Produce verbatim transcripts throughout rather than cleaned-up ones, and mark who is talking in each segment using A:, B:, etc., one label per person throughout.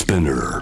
A: Spinner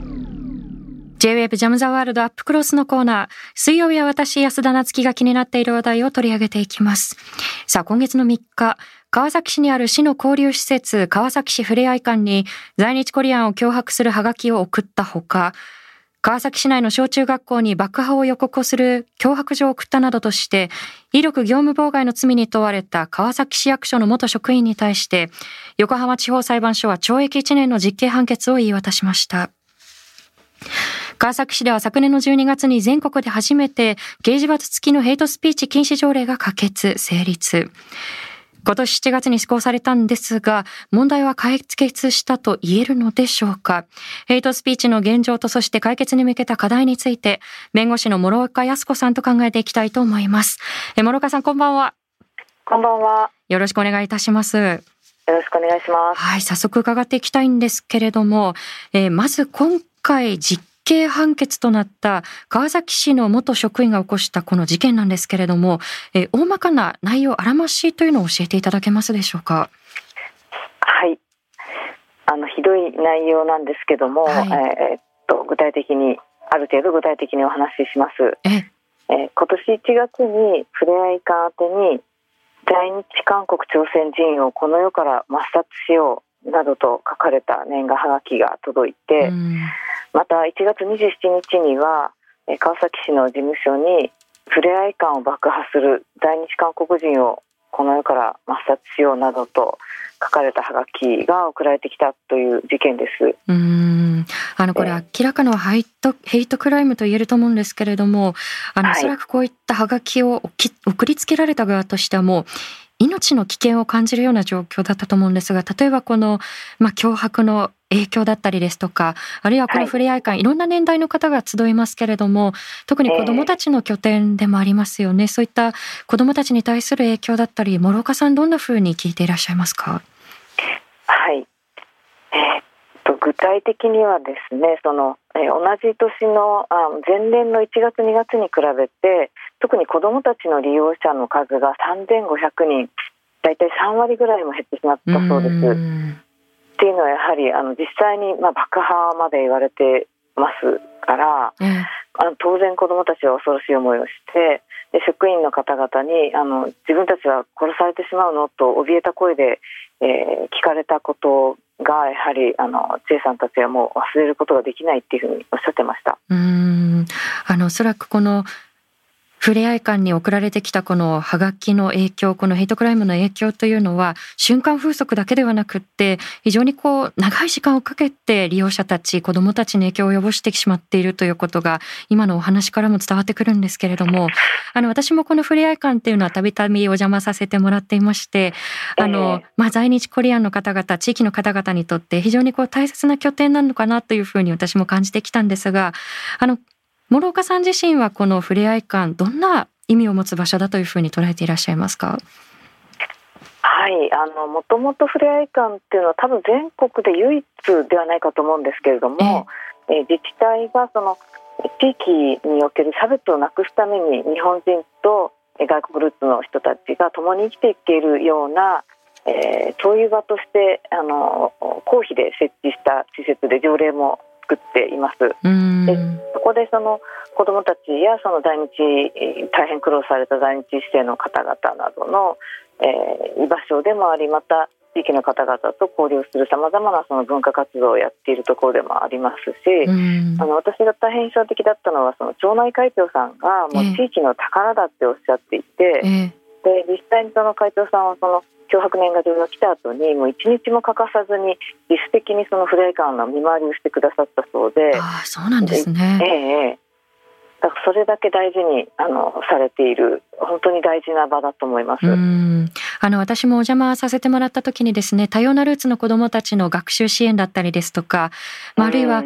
B: J-ウェーブ ジャムザワールドアップクロスのコーナー。水曜日は私安田なつきが気になっている話題を取り上げていきます。さあ今月のみっか、川崎市にある市の交流施設川崎市ふれあい館に在日コリアンを脅迫するハガキを送ったほか、川崎市内の小中学校に爆破を予告をする脅迫状を送ったなどとして威力業務妨害の罪に問われた川崎市役所の元職員に対して横浜地方裁判所は懲役いちねんの実刑判決を言い渡しました。川崎市では昨年のじゅうにがつに全国で初めて刑事罰付きのヘイトスピーチ禁止条例が可決・成立。今年しちがつに施行されたんですが、問題は解決したと言えるのでしょうか。ヘイトスピーチの現状とそして解決に向けた課題について、弁護士の諸岡靖子さんと考えていきたいと思います。え諸岡さん、こんばんは。
C: こんばんは。
B: よろしくお願いいたします。よ
C: ろしくお願いします。
B: はい、早速伺っていきたいんですけれども、えー、まず今回実実刑判決となった川崎市の元職員が起こしたこの事件なんですけれども、え大まかな内容あらましというのを教えていただけますでしょうか。
C: はい、あのひどい内容なんですけども、はい、えー、っと具体的にある程度具体的にお話しします。ええー、今年いちがつにふれあい館宛てに在日韓国朝鮮人をこの世から抹殺しようなどと書かれた年賀はがきが届いて、うん、またいちがつにじゅうしちにちには川崎市の事務所にふれあい館を爆破する在日韓国人をこの世から抹殺しようなどと書かれたはがきが送られてきたという事件です。
B: うーんあのこれ明らかなヘイト、ヘイトクライムと言えると思うんですけれども、あの、はい、おそらくこういったはがきを送りつけられた側としてはもう命の危険を感じるような状況だったと思うんですが、例えばこの、まあ、脅迫の影響だったりですとか、あるいはこのふれあい館、はい、いろんな年代の方が集いますけれども、特に子どもたちの拠点でもありますよね、えー、そういった子どもたちに対する影響だったり、諸岡さんどんなふうに聞いていらっしゃいますか。
C: はい、えー、っと具体的にはですね、その、えー、同じ年のあ前年のいちがつにがつに比べて特に子どもたちの利用者の数がさんぜんごひゃくにん、だいたいさんわりぐらいも減ってしまったそうです。っていうのはやはりあの実際にまあ爆破まで言われてますから、うん、あの当然子どもたちは恐ろしい思いをして、で職員の方々にあの自分たちは殺されてしまうのと怯えた声で、えー、聞かれたことがやはりあの千恵さんたちはもう忘れることができないっていうふうにおっしゃってました。
B: うーんあのおそらくこのふれあい館に送られてきたこのハガキの影響、このヘイトクライムの影響というのは瞬間風速だけではなくって非常にこう長い時間をかけて利用者たち、子どもたちに影響を及ぼしてしまっているということが今のお話からも伝わってくるんですけれども、あの私もこのふれあい館っていうのはたびたびお邪魔させてもらっていまして、あの、まあ、在日コリアンの方々、地域の方々にとって非常にこう大切な拠点なのかなというふうに私も感じてきたんですが、あの諸岡さん自身はこのふれあい館どんな意味を持つ場所だというふうに捉えていらっしゃいますか。
C: はい、あのもともとふれあい館っていうのは多分全国で唯一ではないかと思うんですけれども、ええ自治体がその地域における差別をなくすために日本人と外国ルーツの人たちが共に生きていけるような、えー、そういう場としてあの公費で設置した施設で条例も作っています。
B: うん
C: でそこでその子どもたちやその在日大変苦労された在日市政の方々などの、えー、居場所でもあり、また地域の方々と交流するさまざまなその文化活動をやっているところでもありますし、あの私が大変印象的だったのはその町内会長さんがもう地域の宝だっておっしゃっていて、えー、で実際にその会長さんはその脅迫年賀状が来た後にもう一日も欠かさずに自主的にそのふれあい館の見回りをしてくださったそうで。
B: ああ、そうなんですね。
C: ええだからそれだけ大事にあのされている本当に大事な場だと思います。
B: うーんあの私もお邪魔させてもらった時にですね、多様なルーツの子どもたちの学習支援だったりですとか、まあ、あるいは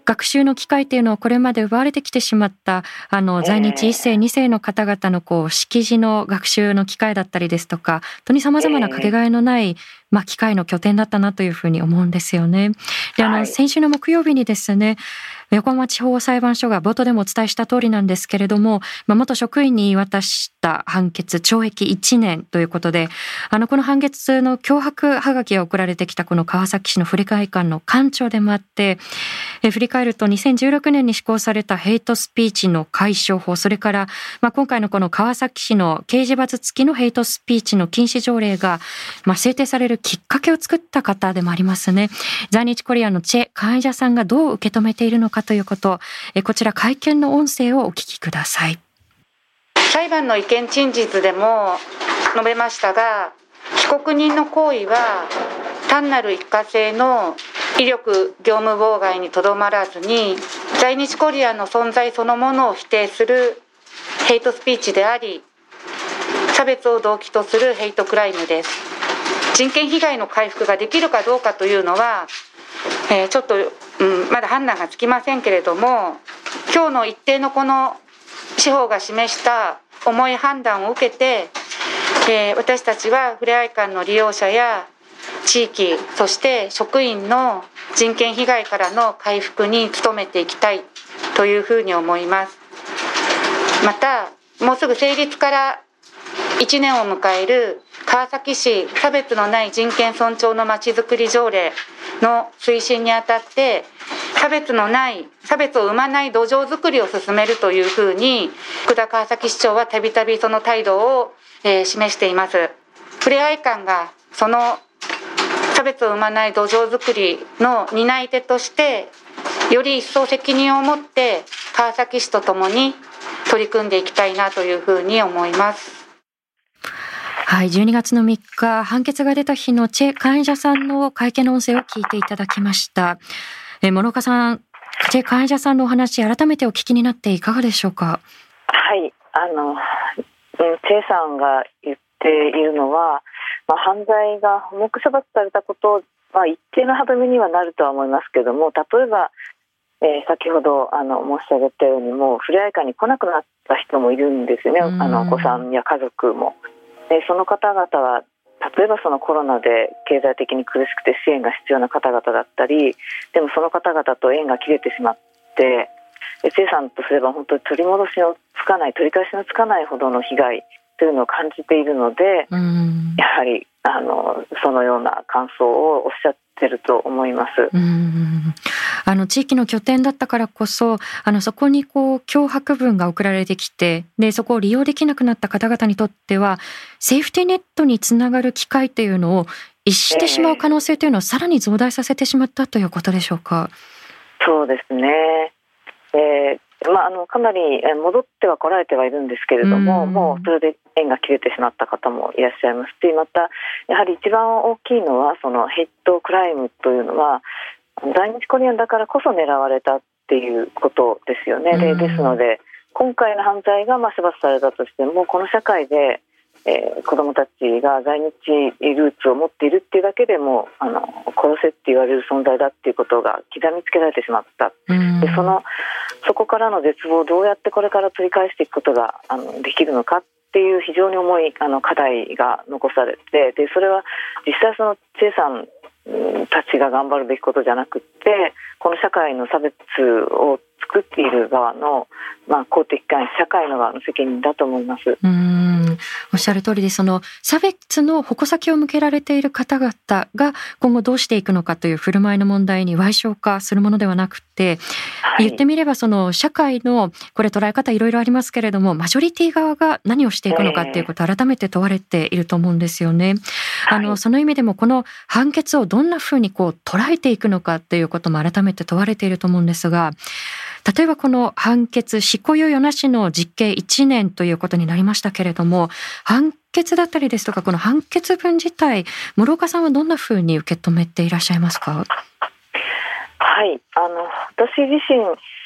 B: 学習の機会っていうのをこれまで奪われてきてしまったあの在日いっ世に世の方々のこう識字の学習の機会だったりですとか、本当に様々なかけがえのない、まあ、機会の拠点だったなというふうに思うんですよね。で、あの、先週の木曜日にですね、横浜地方裁判所が冒頭でもお伝えした通りなんですけれども、まあ、元職員に言い渡した判決、懲役いちねんということで、あの、この判決の脅迫はがきが送られてきたこの川崎市の振替館の館長でもあって、え振り返るとにせんじゅうろくねんに施行されたヘイトスピーチの解消法、それから、まあ、今回のこの川崎市の刑事罰付きのヘイトスピーチの禁止条例が、まあ、制定されるきっかけを作った方でもありますね。在日コリアンのチェ・カンイジャさんがどう受け止めているのかということ、えこちら会見の音声をお聞きください。
A: 裁判の意見陳述でも述べましたが、被告人の行為は単なる一過性の威力業務妨害にとどまらずに、在日コリアンの存在そのものを否定するヘイトスピーチであり、差別を動機とするヘイトクライムです。人権被害の回復ができるかどうかというのは、えー、ちょっと、うん、まだ判断がつきませんけれども、今日の一定のこの司法が示した重い判断を受けて、えー、私たちはふれあい館の利用者や地域、そして職員の人権被害からの回復に努めていきたいというふうに思います。また、もうすぐ成立からいちねんを迎える川崎市差別のない人権尊重のまちづくり条例の推進にあたって、差別のない差別を生まない土壌づくりを進めるというふうに福田川崎市長はたびたびその態度を、えー、示しています。ふれあい館がその差別を生まない土壌づくりの担い手として、より一層責任を持って川崎市とともに取り組んでいきたいなというふうに思います。
B: はい、じゅうにがつのみっか、判決が出た日のチェ・カンイジャさんの会見の音声を聞いていただきました。え諸岡さん、チェ・カンイジャさんのお話、改めてお聞きになっていかがでしょうか。
C: はい、あのチェさんが言っているのは、まあ、犯罪が重く処罰されたこと、まあ、一定の歯止めにはなるとは思いますけども、例えば、えー、先ほどあの申し上げたように、もうふれあい館に来なくなった人もいるんですよね。あのお子さんや家族も。でその方々は例えばそのコロナで経済的に苦しくて支援が必要な方々だったり、でもその方々と縁が切れてしまって、チェさんとすれば本当に取り戻しのつかない、取り返しのつかないほどの被害というのを感じているので、やはりあのそのような感想をおっしゃっていると思います。
B: うーん、あの地域の拠点だったからこそ、あのそこにこう脅迫文が送られてきて、でそこを利用できなくなった方々にとってはセーフティーネットにつながる機会というのを逸してしまう可能性というのをさらに増大させてしまったということでしょうか。
C: そうですね、えーまあ、あのかなり戻っては来られてはいるんですけれども、もうそれで縁が切れてしまった方もいらっしゃいますし、またやはり一番大きいのはそのヘイトクライムというのは在日コリアンだからこそ狙われたっていうことですよね。でですので今回の犯罪がまあ処罰されたとしても、この社会で、えー、子どもたちが在日ルーツを持っているっていうだけでもあの殺せって言われる存在だっていうことが刻みつけられてしまった。でそのそこからの絶望をどうやってこれから取り返していくことがあのできるのかっていう非常に重いあの課題が残されて、でそれは実際そのチェさんたちが頑張るべきことじゃなくって、この社会の差別を作っている側の、まあ、公的機関、社会の側の責任だと思います。
B: うーん、おっしゃる通りで、その差別の矛先を向けられている方々が今後どうしていくのかという振る舞いの問題に矮小化するものではなくて、はい、言ってみればその社会のこれ捉え方いろいろありますけれども、マジョリティ側が何をしていくのかっていうことを改めて問われていると思うんですよね。えー、あのその意味でもこの判決をどんなふうにこう捉えていくのかっていうことも改めて問われていると思うんですが、例えばこの判決、執行猶予なしの実刑いちねんということになりましたけれども、判決だったりですとかこの判決文自体、諸岡さんはどんなふうに受け止めていらっしゃいますか。
C: はい、あの私自身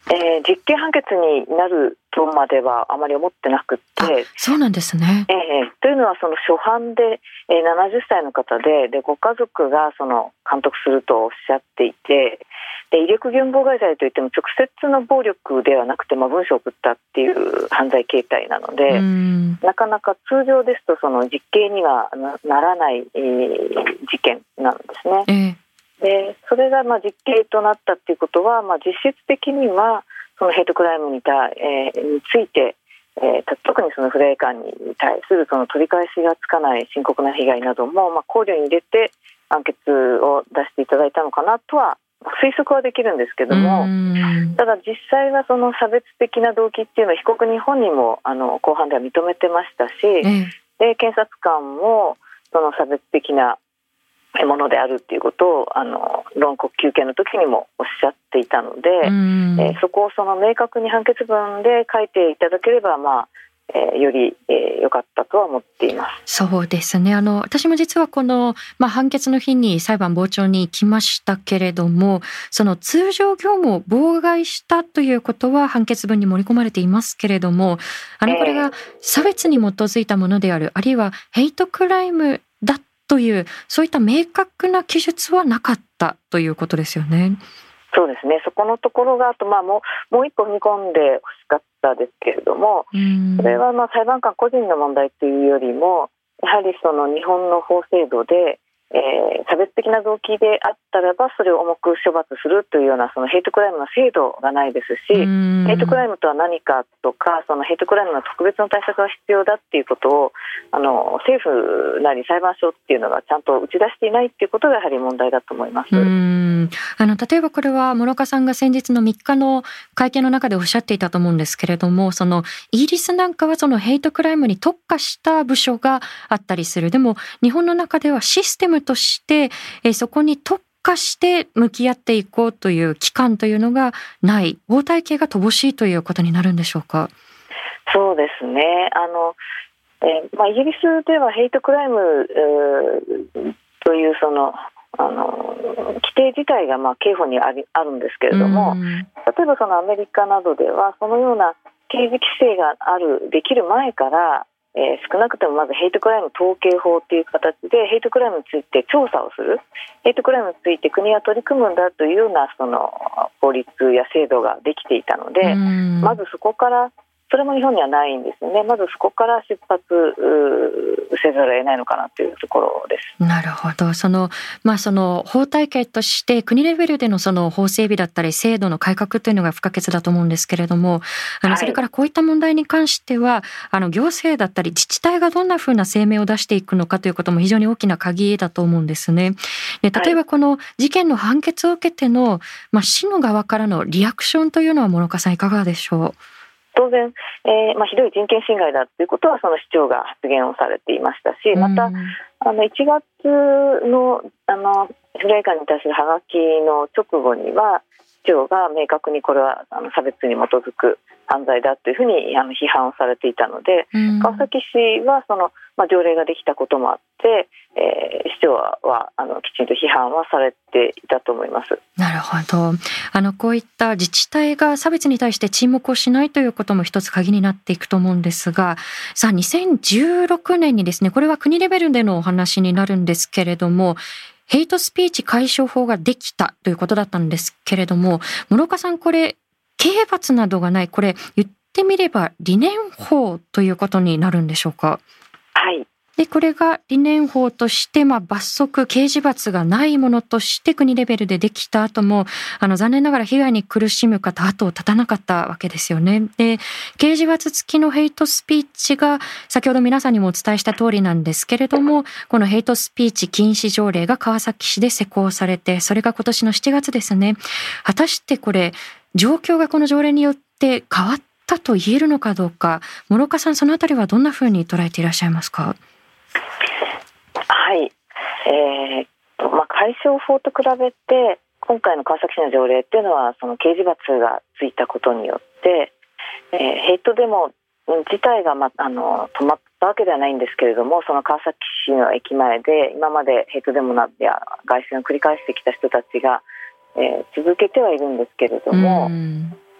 C: えー、実刑判決になるとまではあまり思ってなくて。
B: そうなんですね。
C: えー、というのはその初犯で、えー、ななじゅっさいの方 で, でご家族がその監督するとおっしゃっていて、で威力業務妨害罪といっても直接の暴力ではなくて、まあ、文書を送ったっていう犯罪形態なので、なかなか通常ですとその実刑には な, ならない、えー、事件なんですね。えーでそれがまあ実刑となったということは、まあ、実質的にはそのヘイトクライムに, た、えー、について、えー、特にそのフレーカンに対するその取り返しがつかない深刻な被害なども、まあ、考慮に入れて判決を出していただいたのかなとは推測はできるんですけども、ただ実際はその差別的な動機っていうのは被告人本人もあの公判では認めてましたし、で検察官もその差別的なものであるっていうことをあの論告求刑の時にもおっしゃっていたので、えー、そこをその明確に判決文で書いていただければ、まあえー、より良、えー、かったとは思っています。
B: そうですね。あの私も実はこの、まあ、判決の日に裁判傍聴に行きましたけれども、その通常業務を妨害したということは判決文に盛り込まれていますけれども、あのこれが差別に基づいたものである、えー、あるいはヘイトクライムだというそういった明確な記述はなかったということですよね。
C: そうですね。そこのところがあと、まあ、もう、もう一個踏み込んでほしかったですけれども、それはまあ裁判官個人の問題というよりも、やはりその日本の法制度で、えー、差別的な動機であったらばそれを重く処罰するというようなそのヘイトクライムの制度がないですし、ヘイトクライムとは何かとか、そのヘイトクライムの特別の対策が必要だっていうことをあの政府なり裁判所っていうのがちゃんと打ち出していないっていうことがやはり問題だと思います。
B: うーんあの例えばこれは諸岡さんが先日のみっかの会見の中でおっしゃっていたと思うんですけれども、そのイギリスなんかはそのヘイトクライムに特化した部署があったりする。でも日本の中ではシステムとして、えー、そこに特化して向き合っていこうという機関というのがない、法体系が乏しいということになるんでしょうか。
C: そうですね。あの、えーまあ、イギリスではヘイトクライム、えー、というそのあの規定自体がまあ刑法にありあるんですけれども、例えばそのアメリカなどではそのような刑事規制があるできる前から、えー、少なくともまずヘイトクライム統計法という形でヘイトクライムについて調査をする、ヘイトクライムについて国が取り組むんだというようなその法律や制度ができていたので、まずそこからそれも日本にはないんですよね。まずそこから出発せざるを得ないのかなというところです。
B: なるほど。その、まあ、その法体系として国レベルでのその法整備だったり制度の改革というのが不可欠だと思うんですけれども、あのそれからこういった問題に関しては、はい、あの行政だったり自治体がどんなふうな声明を出していくのかということも非常に大きな鍵だと思うんですね。で、例えばこの事件の判決を受けての、まあ、市の側からのリアクションというのは諸岡さんいかがでしょう。
C: 当然、えーまあ、ひどい人権侵害だということはその市長が発言をされていましたし、またあのいちがつ の, あのフレーカーに対するハガキの直後には市長が明確にこれはあの差別に基づく犯罪だというふうにあの批判をされていたので、川崎市はその、まあ、条例ができたこともあって、えー、市長はあのきちんと批判はされていたと思います。
B: なるほど。あのこういった自治体が差別に対して沈黙をしないということも一つ鍵になっていくと思うんですが、さあにせんじゅうろくねんにですね、これは国レベルでのお話になるんですけれども、ヘイトスピーチ解消法ができたということだったんですけれども、諸岡さん、これ刑罰などがない、これ言ってみれば理念法ということになるんでしょうか。
C: はい。
B: でこれが理念法として、まあ、罰則刑事罰がないものとして国レベルでできた後もあの残念ながら被害に苦しむ方後を絶たなかったわけですよね。で刑事罰付きのヘイトスピーチが先ほど皆さんにもお伝えした通りなんですけれども、このヘイトスピーチ禁止条例が川崎市で施行されて、それが今年のしちがつですね。果たしてこれ状況がこの条例によって変わったと言えるのかどうか、諸岡さんそのあたりはどんなふうに捉えていらっしゃいますか。
C: はい、えーまあ、解消法と比べて今回の川崎市の条例っていうのはその刑事罰がついたことによって、えー、ヘイトデモ自体が、ま、あの止まったわけではないんですけれども、その川崎市の駅前で今までヘイトデモや街宣を繰り返してきた人たちが、えー、続けてはいるんですけれども、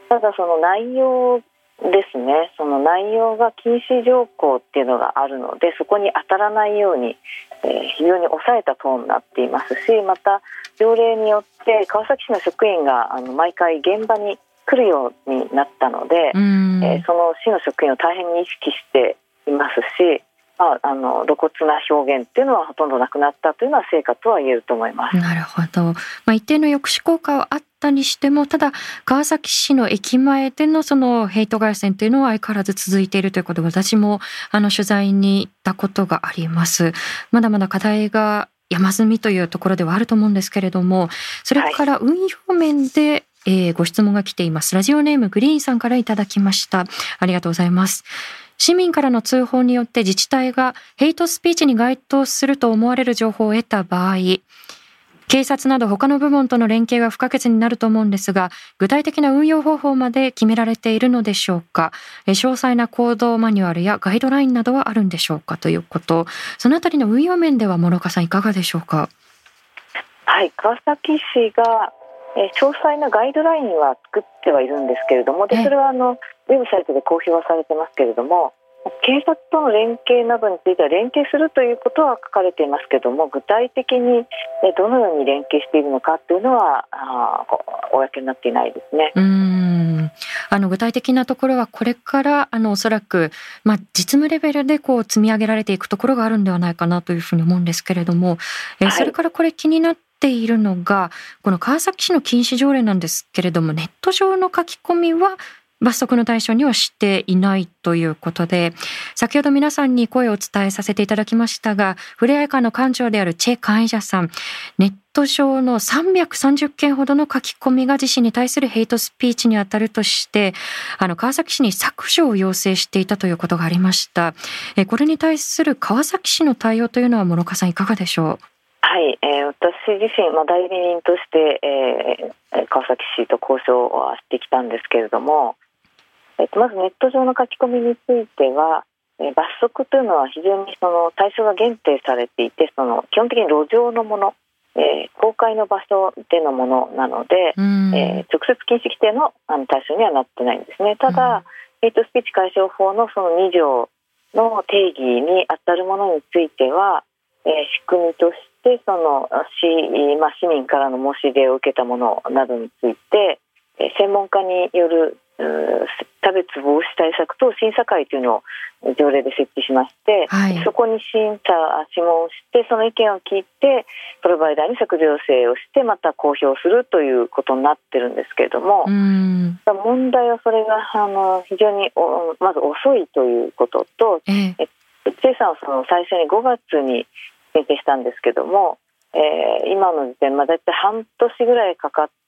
C: ただその内容ですね、その内容が禁止条項っていうのがあるので、そこに当たらないように、えー、非常に抑えたトーンになっていますし、また条例によって川崎市の職員があの毎回現場に来るようになったので、えー、その市の職員を大変に意識していますし、まあ、あの露骨な表現っていうのはほとんどなくなったというのは成果とは言えると思います。
B: なるほど、まあ、一定の抑止効果はあったにしても、ただ川崎市の駅前でのそのヘイト外線というのは相変わらず続いているということで、私もあの取材に行ったことがあります。まだまだ課題が山積みというところではあると思うんですけれども、それから運用面で、はいえー、ご質問が来ています。ラジオネームグリーンさんからいただきました。ありがとうございます。市民からの通報によって自治体がヘイトスピーチに該当すると思われる情報を得た場合、警察など他の部門との連携が不可欠になると思うんですが、具体的な運用方法まで決められているのでしょうか。詳細な行動マニュアルやガイドラインなどはあるんでしょうかということ、そのあたりの運用面では諸岡さんいかがでしょうか。
C: はい、川崎市がえ詳細なガイドラインは作ってはいるんですけれども、でそれはあのウェブサイトで公表はされてますけれども、警察との連携などについては連携するということは書かれていますけれども、具体的にどのように連携しているのかというのはあ公になっていないですね。
B: うーんあの具体的なところはこれからあのおそらく、まあ、実務レベルでこう積み上げられていくところがあるんではないかなというふうに思うんですけれども、えー、それからこれ気になってているのがこの川崎市の禁止条例なんですけれども、ネット上の書き込みは罰則の対象にはしていないということで、先ほど皆さんに声を伝えさせていただきましたが、ふれあい館の館長であるチェ・カンイジャさん、ネット上のさんびゃくさんじゅっけんほどの書き込みが自身に対するヘイトスピーチにあたるとして、あの川崎市に削除を要請していたということがありました。えこれに対する川崎市の対応というのは諸岡さんいかがでしょう。
C: はい、えー、私自身、まあ、代理人として、えー、川崎市と交渉はしてきたんですけれども、えー、とまずネット上の書き込みについては、えー、罰則というのは非常にその対象が限定されていて、その基本的に路上のもの、えー、公開の場所でのものなので、えー、直接禁止規定 の, あの対象にはなってないんですね。ただ、ヘイトスピーチ解消法のそのに条の定義に当たるものについては、えー、仕組みとしてでその 市,、まあ、市民からの申し出を受けたものなどについて、えー、専門家による差別防止対策等審査会というのを条例で設置しまして、はい、そこに審査諮問してその意見を聞いてプロバイダーに削除要請をしてまた公表するということになってるんですけれども、うん問題はそれがあの非常にまず遅いということと、ええ、チェさんはその最初にごがつに申請したんですけども、えー、今の時点までだいたい半年ぐらいかかって、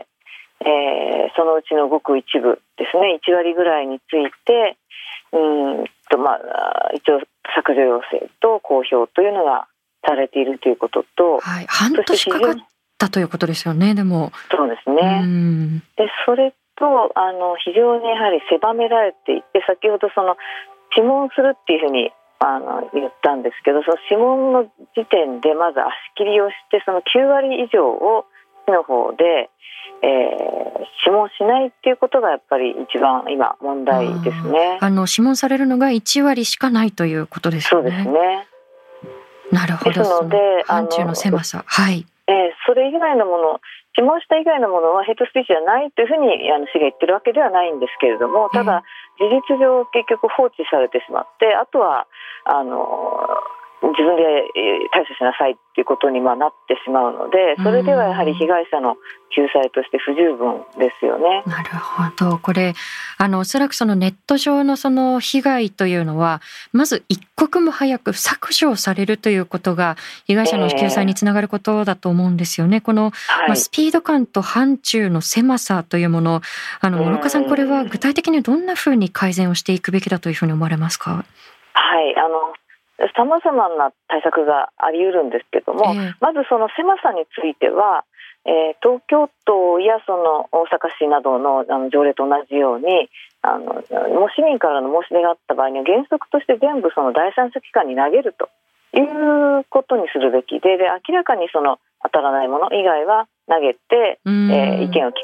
C: えー、そのうちのごく一部ですね、いちわりぐらいについてうんと、まあ、一応削除要請と公表というのがされているということと、
B: はい、半年かかったということですよね。でも
C: そうですね。うんでそれとあの非常にやはり狭められていて、先ほどその諮問するっていうふうにあの言ったんですけど、その諮問の時点でまず足切りをしてそのきゅうわり以上を市の方で、えー、諮問しないっていうことがやっぱり一番今問題ですね。
B: あの諮問されるのがいちわりしかないということですよね。
C: そうですね。
B: なるほど。ですので範疇の狭さ、はい、
C: えー、それ以外のもの、諮問した以外のものはヘイトスピーチじゃないというふうにあの市が言ってるわけではないんですけれども、ただ事実上結局放置されてしまって、あとはあの自分で対処しなさいっていうことにまあなってしまうので、それではやはり被害者の救済として不十分ですよね。
B: なるほど。これあのおそらくそのネット上のその被害というのはまず一刻も早く削除されるということが被害者の救済につながることだと思うんですよね。この、はいまあ、スピード感と範疇の狭さというもの、あの諸岡さん、これは具体的にどんなふうに改善をしていくべきだというふうに思われますか。
C: はい、あのさまざまな対策があり得るんですけども、えー、まずその狭さについては、えー、東京都やその大阪市など の, あの条例と同じようにあのもし市民からの申し出があった場合には原則として全部その第三者機関に投げるということにするべき で, で明らかにその当たらないもの以外は投げて、えー、意見を聞くっ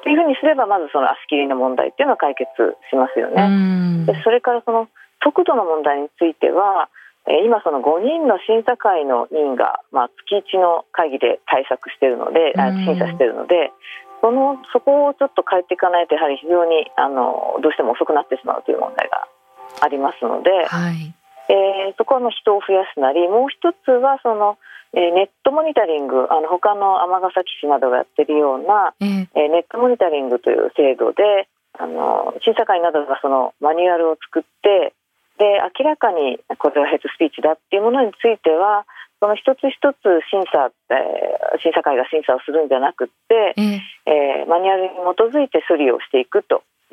C: っていうふうにすればまずその足切りの問題っていうのは解決しますよね。でそれからその速度の問題については、えー、今そのごにんの審査会の委員が、まあ、月いちの会議で対策しているので、審査しているので、そのそこをちょっと変えていかないとやはり非常にあのどうしても遅くなってしまうという問題がありますので、はい、えー、そこはもう人を増やすなり、もう一つはその、えー、ネットモニタリング、あの他の尼崎市などがやっているような、えーえー、ネットモニタリングという制度で、あの審査会などがそのマニュアルを作って、で明らかにこれはヘイトスピーチだっていうものについてはその一つ一つ審査、えー、審査会が審査をするんじゃなくって、えーえー、マニュアルに基づいて処理をしていくという、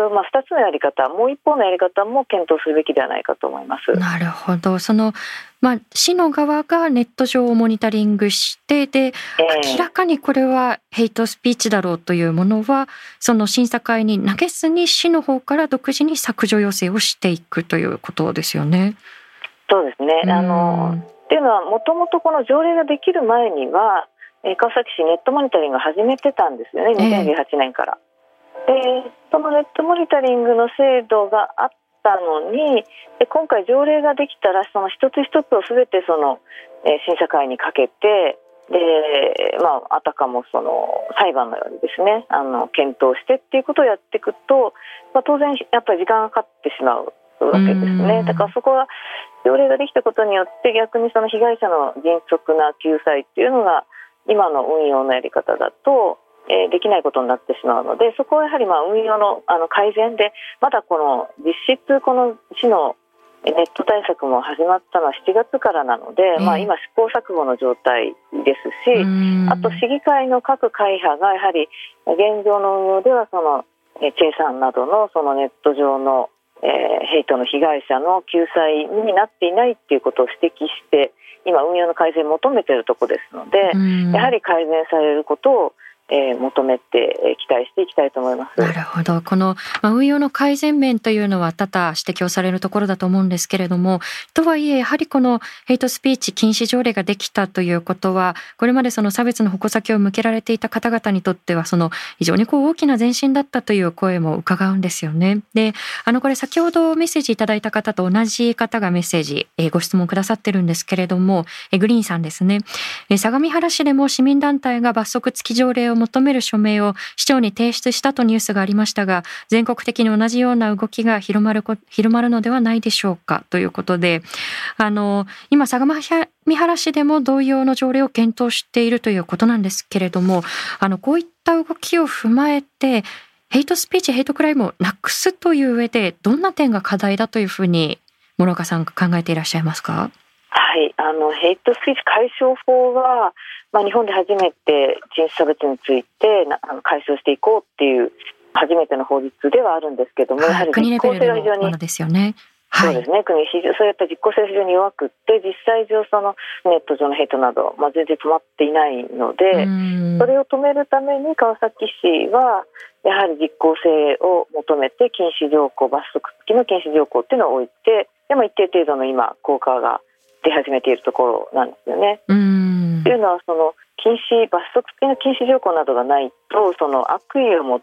C: まあ、ふたつのやり方、もう一方のやり方も検討するべきではないかと思います。
B: なるほど。その、まあ、市の側がネット上をモニタリングしてで、えー、明らかにこれはヘイトスピーチだろうというものはその審査会に投げずに市の方から独自に削除要請をしていくということですよね。
C: そうですね。あのっていうのはもともとこの条例ができる前には、えー、川崎市ネットモニタリングを始めてたんですよね、にせんじゅうはちねんから。えー、でそのネットモニタリングの制度があったのに、で今回条例ができたらその一つ一つを全てその、えー、審査会にかけて、で、まあ、あたかもその裁判のようにですね、あの検討してっていうことをやっていくと、まあ、当然やっぱり時間がかかってしまうわけですね。だからそこは条例ができたことによって逆にその被害者の迅速な救済っていうのが今の運用のやり方だと、えー、できないことになってしまうので、そこはやはりまあ運用の、あの改善で、まだこの実質この市のネット対策も始まったのはしちがつからなので、えーまあ、今試行錯誤の状態ですし、あと市議会の各会派がやはり現状の運用ではそのチェイさんなどのそのネット上のえー、ヘイトの被害者の救済になっていないっていうことを指摘して今運用の改善を求めているところですので、やはり改善されることをえー、求めて期待していきたいと思います。
B: なるほど。この、まあ、運用の改善面というのは多々指摘をされるところだと思うんですけれども、とはいえやはりこのヘイトスピーチ禁止条例ができたということはこれまでその差別の矛先を向けられていた方々にとってはその非常にこう大きな前進だったという声も伺うんですよね。で、あのこれ先ほどメッセージいただいた方と同じ方がメッセージ、えー、ご質問くださってるんですけれども、えー、グリーンさんですね、えー、相模原市でも市民団体が罰則付き条例を求める署名を市長に提出したとニュースがありましたが、全国的に同じような動きが広まるこ、広まるのではないでしょうかということで、あの今相模原市でも同様の条例を検討しているということなんですけれども、あのこういった動きを踏まえてヘイトスピーチヘイトクライムをなくすという上でどんな点が課題だというふうに諸岡さん考えていらっしゃいますか？
C: はい、あのヘイトスピーチ解消法は、まあ、日本で初めて人種差別についてあの解消していこうっていう初めての法律ではあるんですけども、
B: はい、
C: やはり実効性が非常に
B: ものですよね。
C: そうですね、国そういった実効性が非常に弱くって実際上そのネット上のヘイトなど、まあ、全然止まっていないので、それを止めるために川崎市はやはり実効性を求めて禁止条項、罰則付きの禁止条項っていうのを置いて、でも一定程度の今効果が出始めているところなんですよね。うんというのはその禁止罰則付きの禁止条項などがないとその悪意を持って、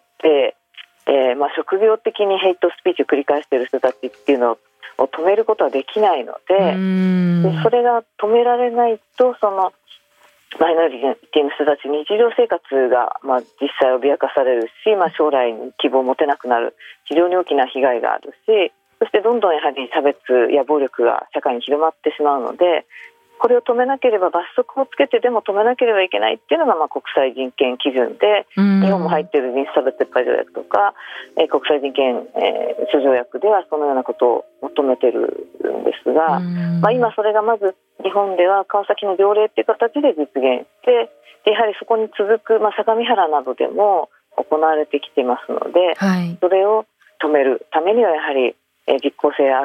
C: えーまあ、職業的にヘイトスピーチを繰り返している人たちっていうのを止めることはできないの で, でそれが止められないとそのマイノリティの人たち日常生活が、まあ、実際脅かされるし、まあ、将来に希望を持てなくなる非常に大きな被害があるし、そしてどんどんやはり差別や暴力が社会に広まってしまうので、これを止めなければ罰則をつけてでも止めなければいけないっていうのがまあ国際人権基準で、日本も入っている人種差別撤廃条約とか、えー、国際人権、えー、諸条約ではそのようなことを求めているんですが、まあ、今それがまず日本では川崎の条例っていう形で実現して、やはりそこに続く、まあ、相模原などでも行われてきていますので、はい、それを止めるためにはやはり実効性ある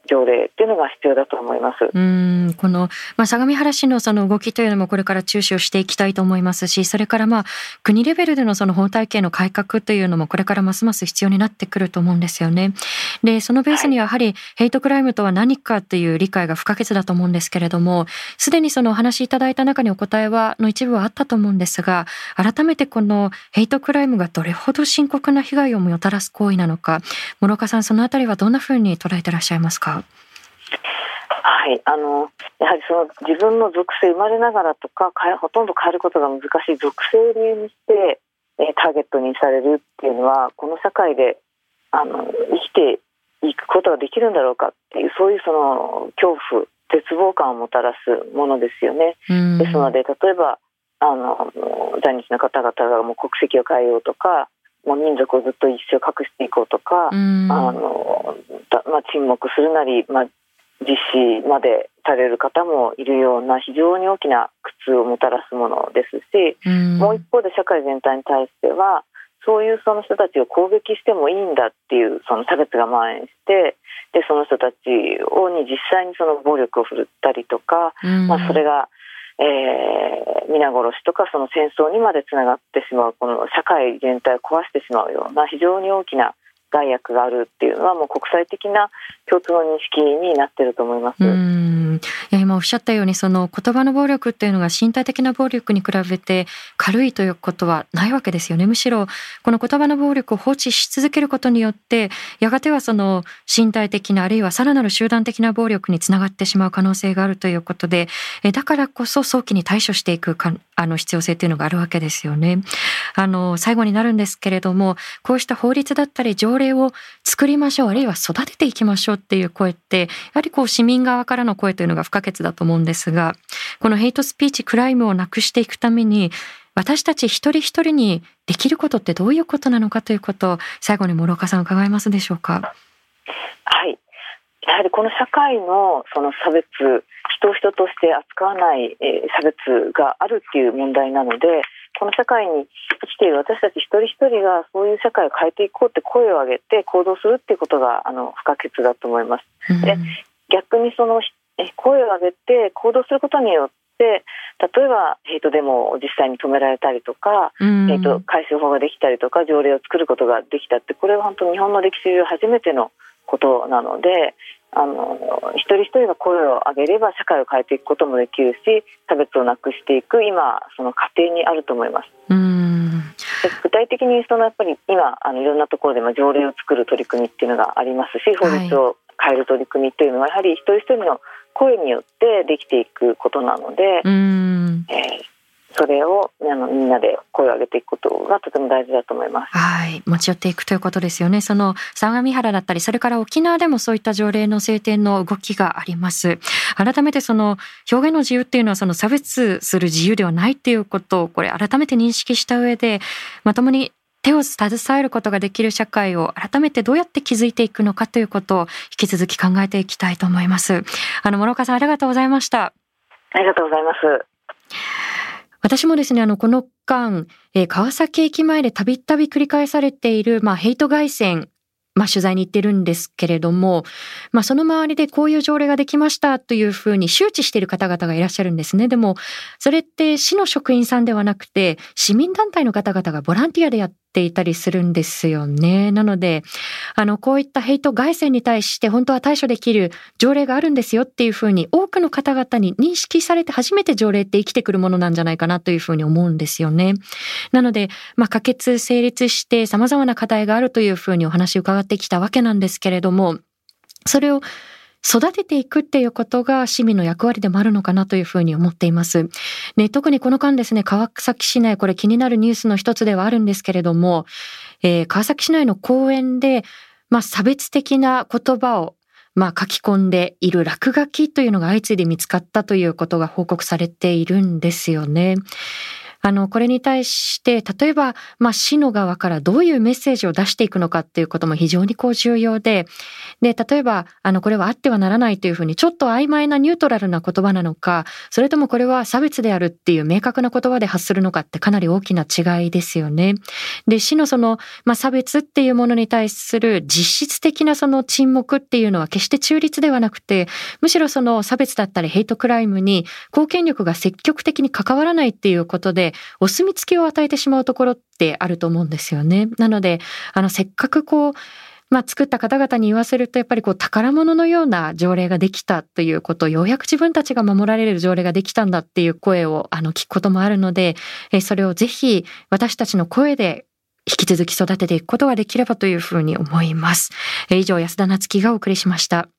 C: 条例っていうのが必要だと思います。
B: うん、この、まあ、相模原市のその動きというのもこれから注視をしていきたいと思いますし、それからまあ国レベルでのその法体系の改革というのもこれからますます必要になってくると思うんですよね。で、そのベースにはやはりヘイトクライムとは何かという理解が不可欠だと思うんですけれども、すでにそのお話しいただいた中にお答えはの一部はあったと思うんですが、改めてこのヘイトクライムがどれほど深刻な被害をもたらす行為なのか、諸岡さん、そのあたりはどんなふうに捉えていらっしゃいますか？
C: はい、あのやはりその自分の属性、生まれながらとかほとんど変えることが難しい属性を理由にして、えー、ターゲットにされるっていうのは、この社会であの生きていくことができるんだろうかっていう、そういうその恐怖、絶望感をもたらすものですよね。ですので、例えばあの在日の方々がもう国籍を変えようとか、もう民族をずっと一生隠していこうとか、あのまあ、沈黙するなり、まあ、実施までされる方もいるような非常に大きな苦痛をもたらすものですし、もう一方で社会全体に対してはそういうその人たちを攻撃してもいいんだっていうその差別が蔓延して、でその人たちをに実際にその暴力を振るったりとか、まあ、それが、えー、皆殺しとかその戦争にまでつながってしまう、この社会全体を壊してしまうような非常に大きな害悪があるっていうのはもう国際的な共通の認識になっていると思います。
B: うーん、いや今おっしゃったように、その言葉の暴力っていうのが身体的な暴力に比べて軽いということはないわけですよね。むしろこの言葉の暴力を放置し続けることによってやがてはその身体的なあるいはさらなる集団的な暴力につながってしまう可能性があるということで、だからこそ早期に対処していくかあの必要性というのがあるわけですよね。あの最後になるんですけれども、こうした法律だったり条例を作りましょう、あるいは育てていきましょうっていう声って、やはりこう市民側からの声というのが不可欠だと思うんですが、このヘイトスピーチクライムをなくしていくために私たち一人一人にできることってどういうことなのかということを最後に諸岡さん伺えますでしょうか？
C: はい、やはりこの社会のその差別、人を人として扱わない、えー、差別があるっていう問題なので、この社会に生きている私たち一人一人がそういう社会を変えていこうって声を上げて行動するっていうことがあの不可欠だと思います。うん、で逆にその声を上げて行動することによって、例えばヘイトデモを実際に止められたりとか、うん、ヘイト改正法ができたりとか条例を作ることができたって、これは本当に日本の歴史上初めてのことなので、あの一人一人が声を上げれば社会を変えていくこともできるし、差別をなくしていく今その過程にあると思います。うーん、で具体的にそのやっぱり今あのいろんなところでも条例を作る取り組みっていうのがありますし、法律を変える取り組みというのはやはり一人一人の声によってできていくことなので、うーん、えーそれをあのみんなで声を上げていくことがとても大事だと思います。
B: はい、持ち寄っていくということですよね。その相模原だったり、それから沖縄でもそういった条例の制定の動きがあります。改めてその表現の自由っていうのはその差別する自由ではないっていうことをこれ改めて認識した上で、まともに手を携えることができる社会を改めてどうやって築いていくのかということを引き続き考えていきたいと思います。あの諸岡さん、ありがとうございました。
C: ありがとうございます。
B: 私もですね、あのこの間、えー、川崎駅前でたびたび繰り返されている、まあ、ヘイト街宣、まあ、取材に行ってるんですけれども、まあ、その周りでこういう条例ができましたというふうに周知している方々がいらっしゃるんですね。でもそれって市の職員さんではなくて市民団体の方々がボランティアでやっていたりするんですよね。なのであのこういったヘイト街宣に対して本当は対処できる条例があるんですよっていうふうに多くの方々に認識されて初めて条例って生きてくるものなんじゃないかなというふうに思うんですよね。なので、まあ、可決成立して様々な課題があるというふうにお話を伺ってきたわけなんですけれども、それを育てていくっていうことが市民の役割でもあるのかなというふうに思っています。ね、特にこの間ですね、川崎市内、これ気になるニュースの一つではあるんですけれども、えー、川崎市内の公園で、まあ、差別的な言葉をまあ書き込んでいる落書きというのが相次いで見つかったということが報告されているんですよね。 あの、これに対して、例えば、まあ、市の側からどういうメッセージを出していくのかっていうことも非常にこう重要で、で、例えば、あの、これはあってはならないというふうに、ちょっと曖昧なニュートラルな言葉なのか、それともこれは差別であるっていう明確な言葉で発するのかってかなり大きな違いですよね。で、市のその、まあ、差別っていうものに対する実質的なその沈黙っていうのは決して中立ではなくて、むしろその差別だったりヘイトクライムに公権力が積極的に関わらないっていうことでお墨付きを与えてしまうところってあると思うんですよね。なので、あの、せっかくこう、まあ、作った方々に言わせるとやっぱりこう宝物のような条例ができたということを、ようやく自分たちが守られる条例ができたんだっていう声をあの聞くこともあるので、えそれをぜひ私たちの声で引き続き育てていくことができればというふうに思います。え以上、安田なつきがお送りしました。